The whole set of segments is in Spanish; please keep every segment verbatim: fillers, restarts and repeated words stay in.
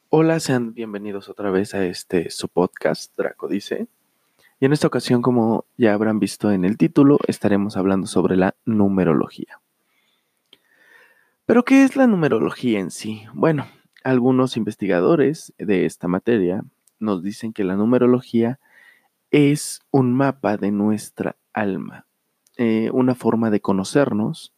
Hola, sean bienvenidos otra vez a este su podcast, Draco dice. Y en esta ocasión, como ya habrán visto en el título, estaremos hablando sobre la numerología. ¿Pero qué es la numerología en sí? Bueno, algunos investigadores de esta materia nos dicen que la numerología es un mapa de nuestra alma, eh, una forma de conocernos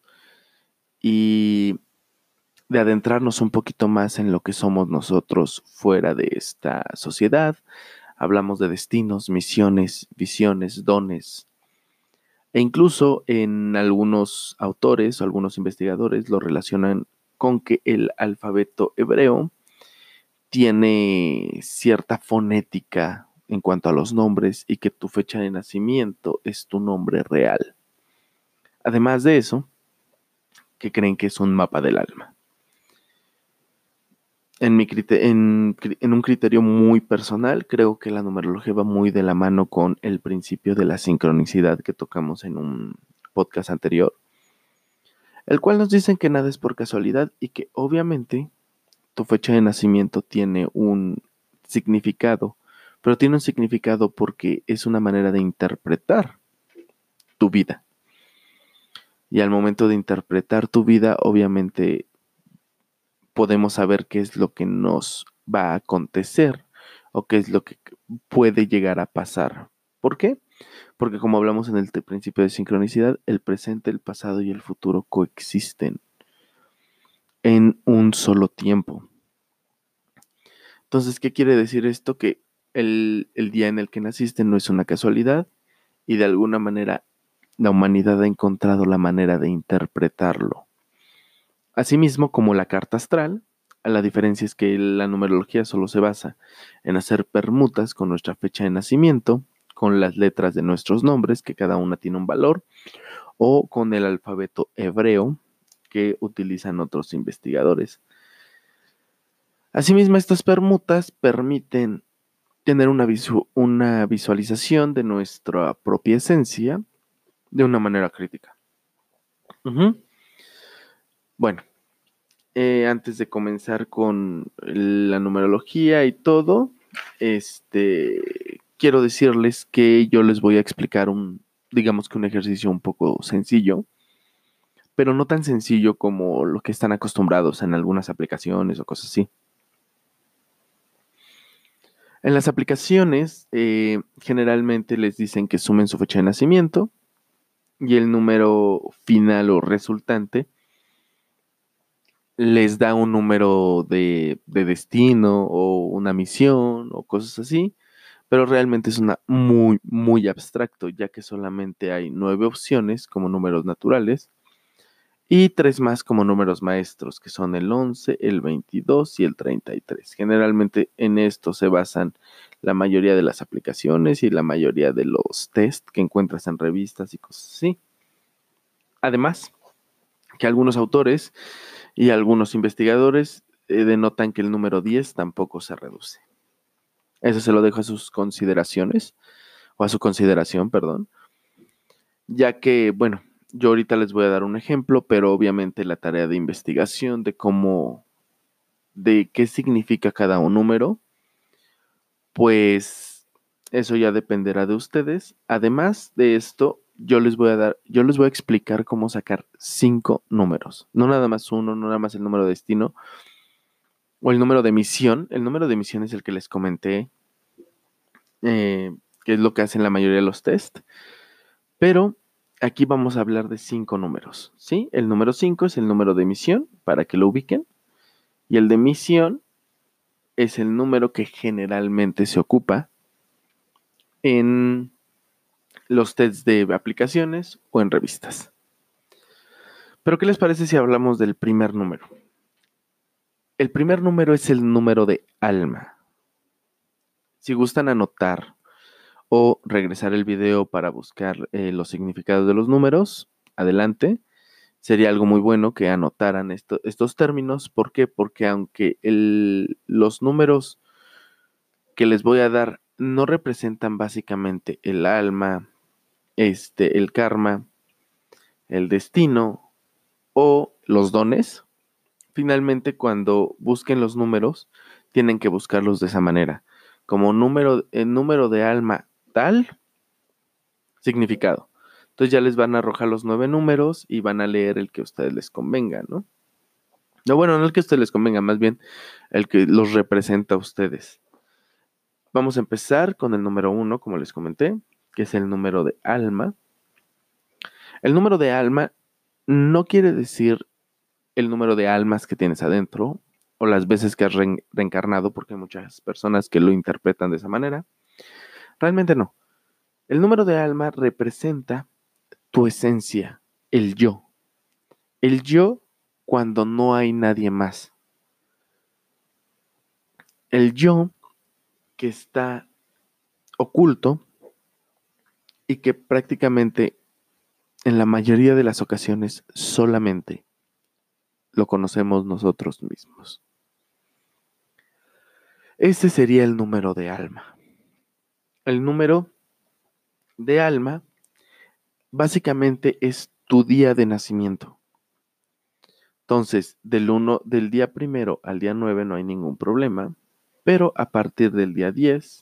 y de adentrarnos un poquito más en lo que somos nosotros fuera de esta sociedad. Hablamos de destinos, misiones, visiones, dones. E incluso en algunos autores o algunos investigadores lo relacionan con que el alfabeto hebreo tiene cierta fonética en cuanto a los nombres y que tu fecha de nacimiento es tu nombre real. Además de eso, que creen que es un mapa del alma. En, mi criterio, en, en, un criterio muy personal, creo que la numerología va muy de la mano con el principio de la sincronicidad que tocamos en un podcast anterior, el cual nos dicen que nada es por casualidad y que obviamente tu fecha de nacimiento tiene un significado, pero tiene un significado porque es una manera de interpretar tu vida. Y al momento de interpretar tu vida, obviamente podemos saber qué es lo que nos va a acontecer o qué es lo que puede llegar a pasar. ¿Por qué? Porque como hablamos en el principio de sincronicidad, el presente, el pasado y el futuro coexisten en un solo tiempo. Entonces, ¿qué quiere decir esto? Que el, el día en el que naciste no es una casualidad y de alguna manera la humanidad ha encontrado la manera de interpretarlo. Asimismo, como la carta astral, la diferencia es que la numerología solo se basa en hacer permutas con nuestra fecha de nacimiento, con las letras de nuestros nombres, que cada una tiene un valor, o con el alfabeto hebreo que utilizan otros investigadores. Asimismo, estas permutas permiten tener una, visu una visualización de nuestra propia esencia de una manera crítica. Uh-huh. Bueno, eh, antes de comenzar con la numerología y todo, este, quiero decirles que yo les voy a explicar un, digamos que un ejercicio un poco sencillo, pero no tan sencillo como lo que están acostumbrados en algunas aplicaciones o cosas así. En las aplicaciones, eh, generalmente les dicen que sumen su fecha de nacimiento y el número final o resultante les da un número de, de destino o una misión o cosas así, pero realmente es una muy, muy abstracto, ya que solamente hay nueve opciones como números naturales y tres más como números maestros, que son el once, el veintidós y el treinta y tres. Generalmente en esto se basan la mayoría de las aplicaciones y la mayoría de los test que encuentras en revistas y cosas así. Además, que algunos autores y algunos investigadores eh, denotan que el número diez tampoco se reduce. Eso se lo dejo a sus consideraciones, o a su consideración, perdón, ya que, bueno, yo ahorita les voy a dar un ejemplo, pero obviamente la tarea de investigación de cómo, de qué significa cada un número, pues eso ya dependerá de ustedes. Además de esto, yo les voy a dar, yo les voy a explicar cómo sacar cinco números, no nada más uno, no nada más el número de destino o el número de misión. El número de misión es el que les comenté, eh, que es lo que hacen la mayoría de los test, pero aquí vamos a hablar de cinco números, ¿sí? El número cinco es el número de misión, para que lo ubiquen, y el de misión es el número que generalmente se ocupa en los tests de aplicaciones o en revistas. Pero ¿qué les parece si hablamos del primer número? El primer número es el número de alma. Si gustan anotar o regresar el video para buscar eh, los significados de los números, adelante. Sería algo muy bueno que anotaran esto, estos términos. ¿Por qué? Porque aunque el, los números que les voy a dar no representan básicamente el alma, este, el karma, el destino o los dones, finalmente cuando busquen los números tienen que buscarlos de esa manera. Como número, el número de alma tal, significado. Entonces ya les van a arrojar los nueve números y van a leer el que a ustedes les convenga, ¿no? No, bueno, no el que a ustedes les convenga, más bien el que los representa a ustedes. Vamos a empezar con el número uno, como les comenté, que es el número de alma. El número de alma no quiere decir el número de almas que tienes adentro o las veces que has re reencarnado, porque hay muchas personas que lo interpretan de esa manera. Realmente no. El número de alma representa tu esencia, el yo. El yo cuando no hay nadie más. El yo que está oculto y que prácticamente en la mayoría de las ocasiones solamente lo conocemos nosotros mismos. Ese sería el número de alma. El número de alma básicamente es tu día de nacimiento. Entonces, del, uno, del día primero al día nueve no hay ningún problema, pero a partir del día diez,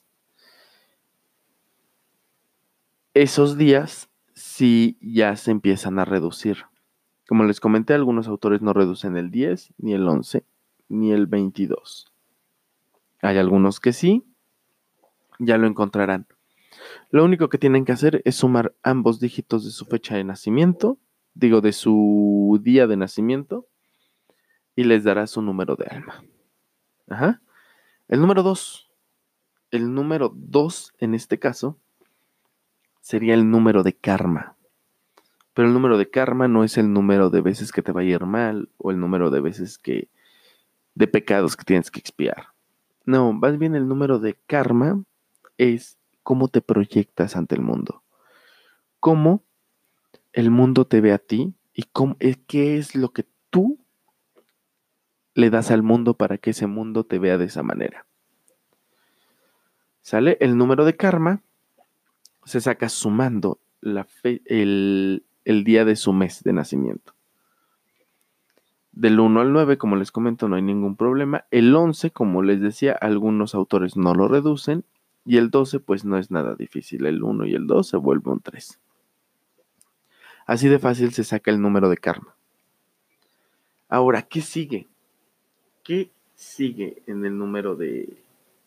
esos días sí ya se empiezan a reducir. Como les comenté, algunos autores no reducen el diez, ni el once, ni el veintidós. Hay algunos que sí, ya lo encontrarán. Lo único que tienen que hacer es sumar ambos dígitos de su fecha de nacimiento, digo, de su día de nacimiento, y les dará su número de alma. Ajá. El número dos. El número dos, en este caso, sería el número de karma. Pero el número de karma no es el número de veces que te va a ir mal o el número de veces que de pecados que tienes que expiar. No, más bien el número de karma es cómo te proyectas ante el mundo. Cómo el mundo te ve a ti y cómo, qué es lo que tú le das al mundo para que ese mundo te vea de esa manera. ¿Sale? El número de karma se saca sumando la fe, el, el día de su mes de nacimiento. Del uno al nueve, como les comento, no hay ningún problema. El once, como les decía, algunos autores no lo reducen. Y el doce, pues no es nada difícil. El uno y el dos se vuelve un tres. Así de fácil se saca el número de karma. Ahora, ¿qué sigue? ¿Qué sigue en el número de...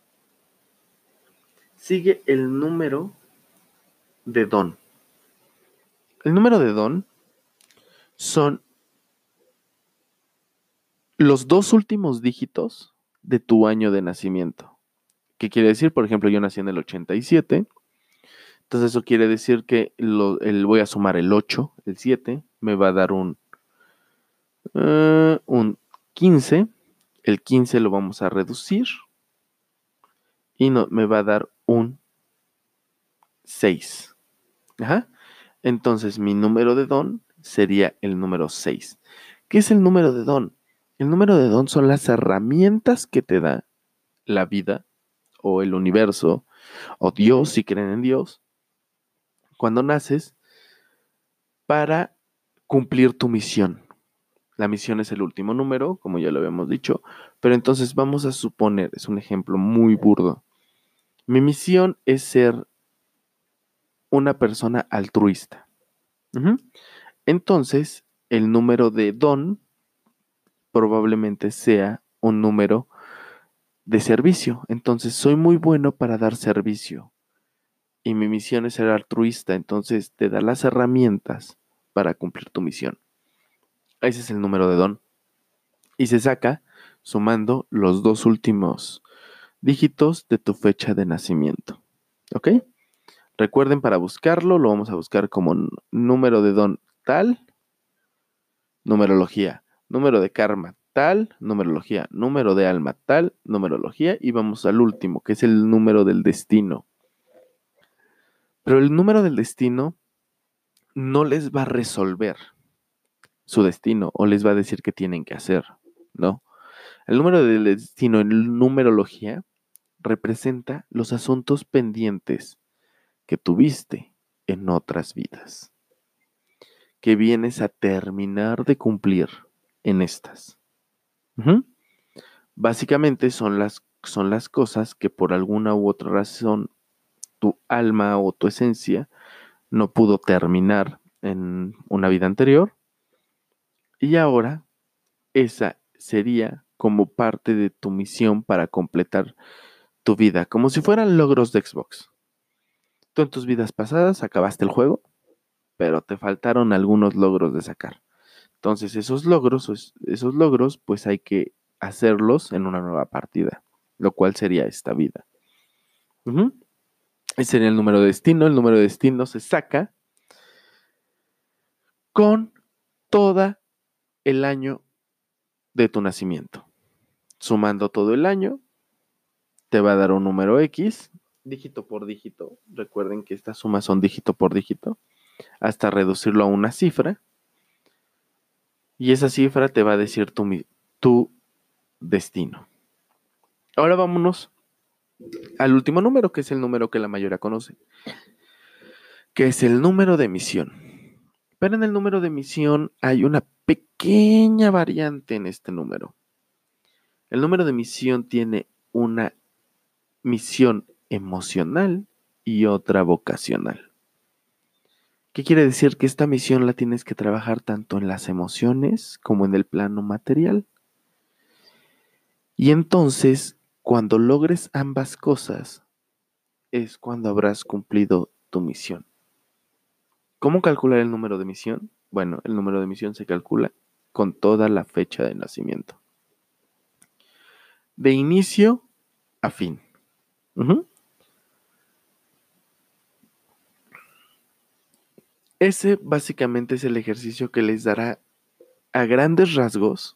Sigue el número de don. El número de don son los dos últimos dígitos de tu año de nacimiento. ¿Qué quiere decir? Por ejemplo, yo nací en el ochenta y siete. Entonces eso quiere decir que lo, el, voy a sumar el ocho, el siete, me va a dar un, uh, un quince. El quince lo vamos a reducir y no, me va a dar un seis. Ajá. Entonces mi número de don sería el número seis. ¿Qué es el número de don? El número de don son las herramientas que te da la vida o el universo o Dios, si creen en Dios, cuando naces para cumplir tu misión. La misión es el último número, como ya lo habíamos dicho, pero entonces vamos a suponer, es un ejemplo muy burdo. Mi misión es ser una persona altruista. Uh-huh. Entonces, el número de don probablemente sea un número de servicio. Entonces, soy muy bueno para dar servicio. Y mi misión es ser altruista. Entonces, te da las herramientas para cumplir tu misión. Ese es el número de don. Y se saca sumando los dos últimos dígitos de tu fecha de nacimiento. ¿Ok? Recuerden, para buscarlo, lo vamos a buscar como número de don tal, numerología, número de karma tal, numerología, número de alma tal, numerología, y vamos al último, que es el número del destino. Pero el número del destino no les va a resolver su destino o les va a decir qué tienen que hacer, ¿no? El número del destino en numerología representa los asuntos pendientes que tuviste en otras vidas, que vienes a terminar de cumplir en estas. Uh-huh. Básicamente son las son las cosas que por alguna u otra razón tu alma o tu esencia no pudo terminar en una vida anterior y ahora esa sería como parte de tu misión para completar tu vida, como si fueran logros de Xbox. Tú en tus vidas pasadas acabaste el juego, pero te faltaron algunos logros de sacar. Entonces esos logros, esos logros, pues hay que hacerlos en una nueva partida, lo cual sería esta vida. Uh-huh. Ese sería el número de destino. El número de destino se saca con todo el año de tu nacimiento. Sumando todo el año, te va a dar un número X, dígito por dígito. Recuerden que estas sumas son dígito por dígito, hasta reducirlo a una cifra. Y esa cifra te va a decir tu, tu destino. Ahora vámonos al último número, que es el número que la mayoría conoce, que es el número de misión. Pero en el número de misión hay una pequeña variante en este número. El número de misión tiene una misión emocional y otra vocacional. ¿Qué quiere decir? Que esta misión la tienes que trabajar tanto en las emociones como en el plano material. Y entonces, cuando logres ambas cosas, es cuando habrás cumplido tu misión. ¿Cómo calcular el número de misión? Bueno, el número de misión se calcula con toda la fecha de nacimiento. De inicio a fin. Uh-huh. Ese básicamente es el ejercicio que les dará a grandes rasgos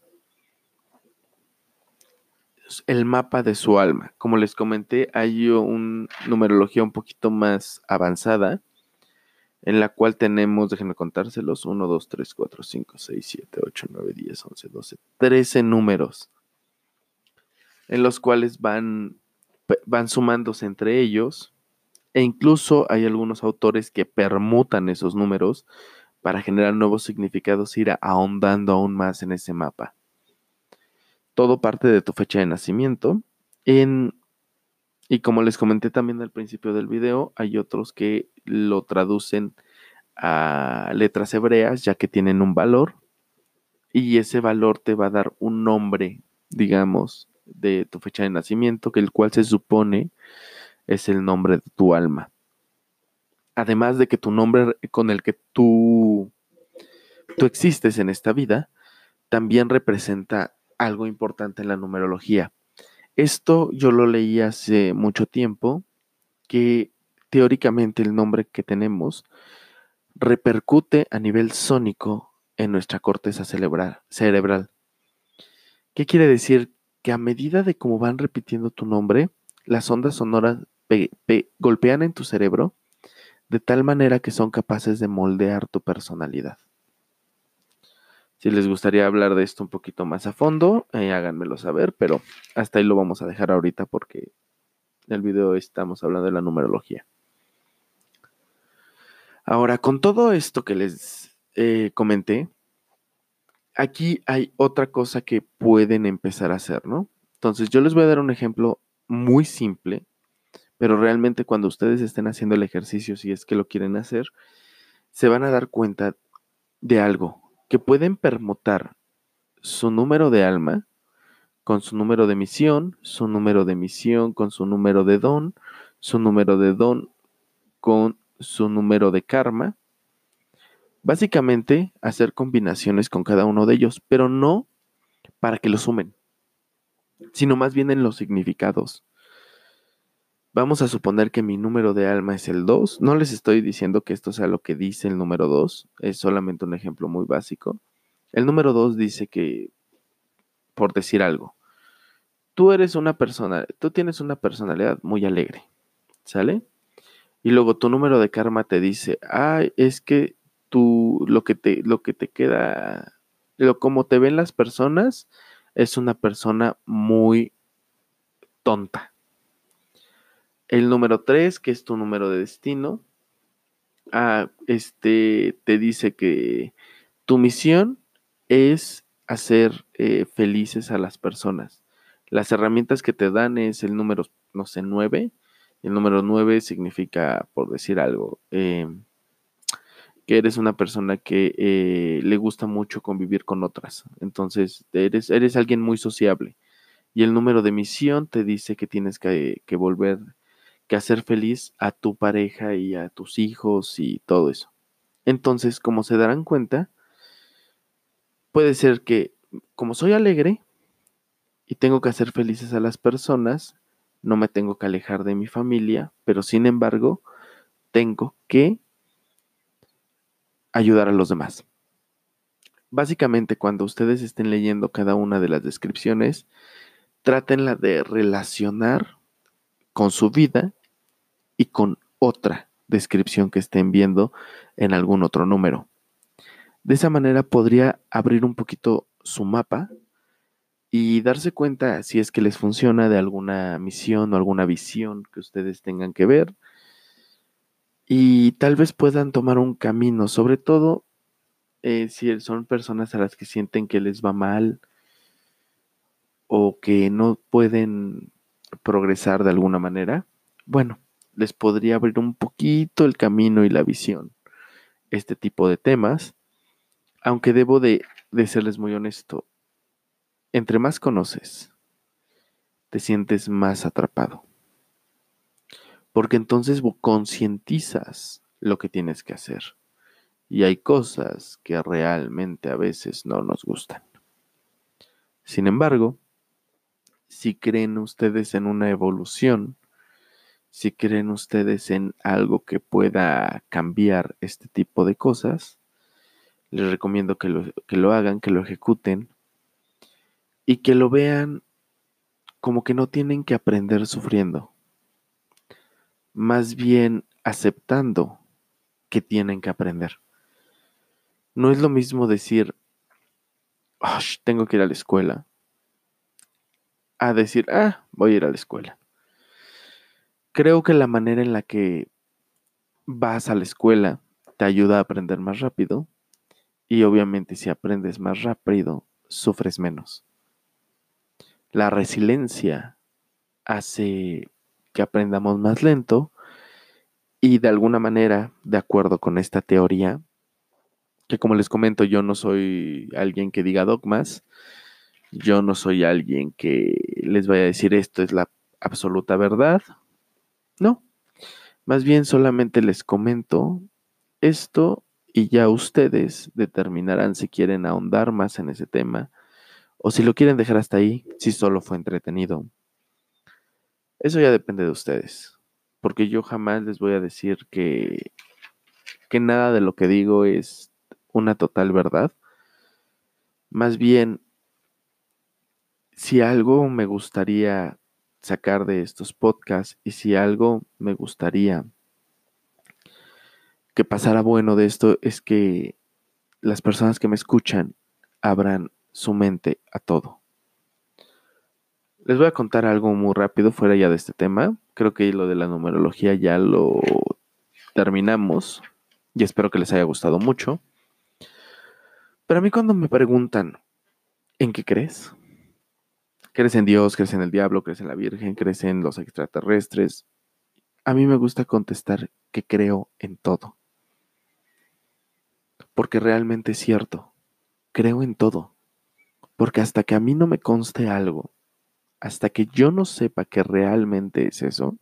el mapa de su alma. Como les comenté, hay una numerología un poquito más avanzada, en la cual tenemos, déjenme contárselos, uno, dos, tres, cuatro, cinco, seis, siete, ocho, nueve, diez, once, doce, trece números, en los cuales van, van sumándose entre ellos, e incluso hay algunos autores que permutan esos números para generar nuevos significados e ir ahondando aún más en ese mapa. Todo parte de tu fecha de nacimiento. En, y como les comenté también al principio del video, hay otros que lo traducen a letras hebreas, ya que tienen un valor, y ese valor te va a dar un nombre, digamos, de tu fecha de nacimiento, que el cual se supone es el nombre de tu alma. Además de que tu nombre con el que tú, tú existes en esta vida, también representa algo importante en la numerología. Esto yo lo leí hace mucho tiempo, que teóricamente el nombre que tenemos repercute a nivel sónico en nuestra corteza cerebral. cerebral. ¿Qué quiere decir? Que a medida de cómo van repitiendo tu nombre, las ondas sonoras pe- pe- golpean en tu cerebro de tal manera que son capaces de moldear tu personalidad. Si les gustaría hablar de esto un poquito más a fondo, eh, háganmelo saber, pero hasta ahí lo vamos a dejar ahorita porque en el video estamos hablando de la numerología. Ahora, con todo esto que les eh, comenté, aquí hay otra cosa que pueden empezar a hacer, ¿no? Entonces, yo les voy a dar un ejemplo muy simple, pero realmente cuando ustedes estén haciendo el ejercicio, si es que lo quieren hacer, se van a dar cuenta de algo, que pueden permutar su número de alma con su número de misión, su número de misión con su número de don, su número de don con su número de karma. Básicamente, hacer combinaciones con cada uno de ellos, pero no para que lo sumen, sino más bien en los significados. Vamos a suponer que mi número de alma es el dos. No les estoy diciendo que esto sea lo que dice el número dos, es solamente un ejemplo muy básico. El número dos dice que, por decir algo, tú eres una persona, tú tienes una personalidad muy alegre, ¿sale? Y luego tu número de karma te dice, ay, es que tú, lo que te, lo que te queda, lo como te ven las personas, es una persona muy tonta. El número tres, que es tu número de destino, ah, este, te dice que tu misión es hacer eh, felices a las personas. Las herramientas que te dan es el número, no sé, nueve. El número nueve significa, por decir algo, eh, que eres una persona que eh, le gusta mucho convivir con otras. Entonces, eres, eres alguien muy sociable. Y el número de misión te dice que tienes que, que volver, que hacer feliz a tu pareja y a tus hijos y todo eso. Entonces, como se darán cuenta, puede ser que, como soy alegre y tengo que hacer felices a las personas, no me tengo que alejar de mi familia, pero sin embargo, tengo que ayudar a los demás. Básicamente, cuando ustedes estén leyendo cada una de las descripciones, trátenla de relacionar con su vida y con otra descripción que estén viendo en algún otro número. De esa manera podría abrir un poquito su mapa y darse cuenta si es que les funciona de alguna misión o alguna visión que ustedes tengan que ver y tal vez puedan tomar un camino, sobre todo eh, si son personas a las que sienten que les va mal o que no pueden progresar de alguna manera. Bueno, les podría abrir un poquito el camino y la visión este tipo de temas, aunque debo de, de serles muy honesto, entre más conoces, te sientes más atrapado, porque entonces concientizas lo que tienes que hacer y hay cosas que realmente a veces no nos gustan. Sin embargo, si creen ustedes en una evolución, si creen ustedes en algo que pueda cambiar este tipo de cosas, les recomiendo que lo, que lo hagan, que lo ejecuten y que lo vean como que no tienen que aprender sufriendo, más bien aceptando que tienen que aprender. No es lo mismo decir, oh, tengo que ir a la escuela, a decir, ah, voy a ir a la escuela. Creo que la manera en la que vas a la escuela te ayuda a aprender más rápido y obviamente si aprendes más rápido, sufres menos. La resiliencia hace que aprendamos más lento y de alguna manera, de acuerdo con esta teoría, que como les comento, yo no soy alguien que diga dogmas, yo no soy alguien que les vaya a decir esto es la absoluta verdad, no, más bien solamente les comento esto y ya ustedes determinarán si quieren ahondar más en ese tema o si lo quieren dejar hasta ahí, si solo fue entretenido. Eso ya depende de ustedes, porque yo jamás les voy a decir que, que nada de lo que digo es una total verdad. Más bien, si algo me gustaría sacar de estos podcasts y si algo me gustaría que pasara bueno de esto es que las personas que me escuchan abran su mente a todo. Les voy a contar algo muy rápido fuera ya de este tema. Creo que lo de la numerología ya lo terminamos y espero que les haya gustado mucho. Pero a mí cuando me preguntan, ¿en qué crees? ¿Crees en Dios? ¿Crees en el diablo? ¿Crees en la Virgen? ¿Crees en los extraterrestres? A mí me gusta contestar que creo en todo. Porque realmente es cierto. Creo en todo. Porque hasta que a mí no me conste algo, hasta que yo no sepa que realmente es eso,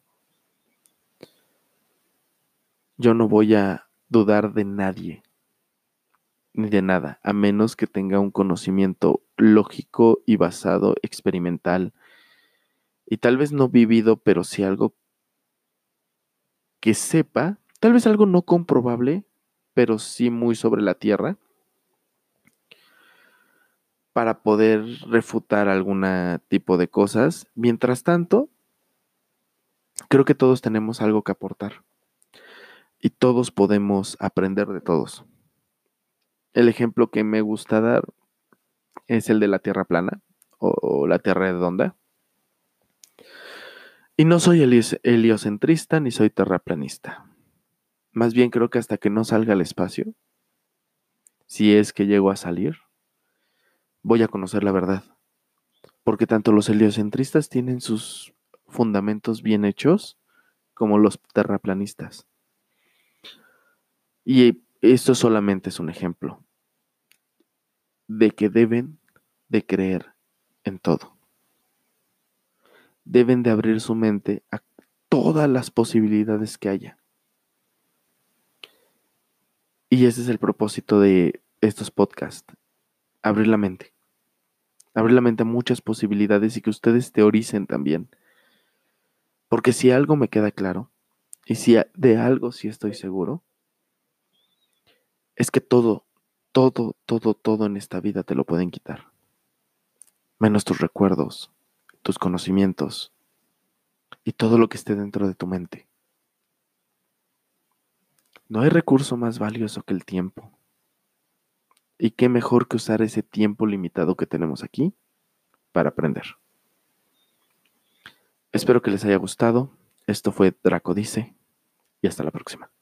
yo no voy a dudar de nadie ni de nada, a menos que tenga un conocimiento lógico y basado experimental y tal vez no vivido, pero sí algo que sepa, tal vez algo no comprobable, pero sí muy sobre la tierra, para poder refutar algún tipo de cosas. Mientras tanto, creo que todos tenemos algo que aportar y todos podemos aprender de todos. El ejemplo que me gusta dar es el de la tierra plana o, o la tierra redonda. Y no soy heliocentrista ni soy terraplanista. Más bien creo que hasta que no salga al espacio, si es que llego a salir, voy a conocer la verdad. Porque tanto los heliocentristas tienen sus fundamentos bien hechos como los terraplanistas. Y esto solamente es un ejemplo de que deben de creer en todo. Deben de abrir su mente a todas las posibilidades que haya. Y ese es el propósito de estos podcasts, abrir la mente. Abrir la mente a muchas posibilidades y que ustedes teoricen también. Porque si algo me queda claro, y si de algo sí estoy seguro, es que todo, todo, todo, todo en esta vida te lo pueden quitar. Menos tus recuerdos, tus conocimientos y todo lo que esté dentro de tu mente. No hay recurso más valioso que el tiempo. Y qué mejor que usar ese tiempo limitado que tenemos aquí para aprender. Espero que les haya gustado. Esto fue Draco Dice y hasta la próxima.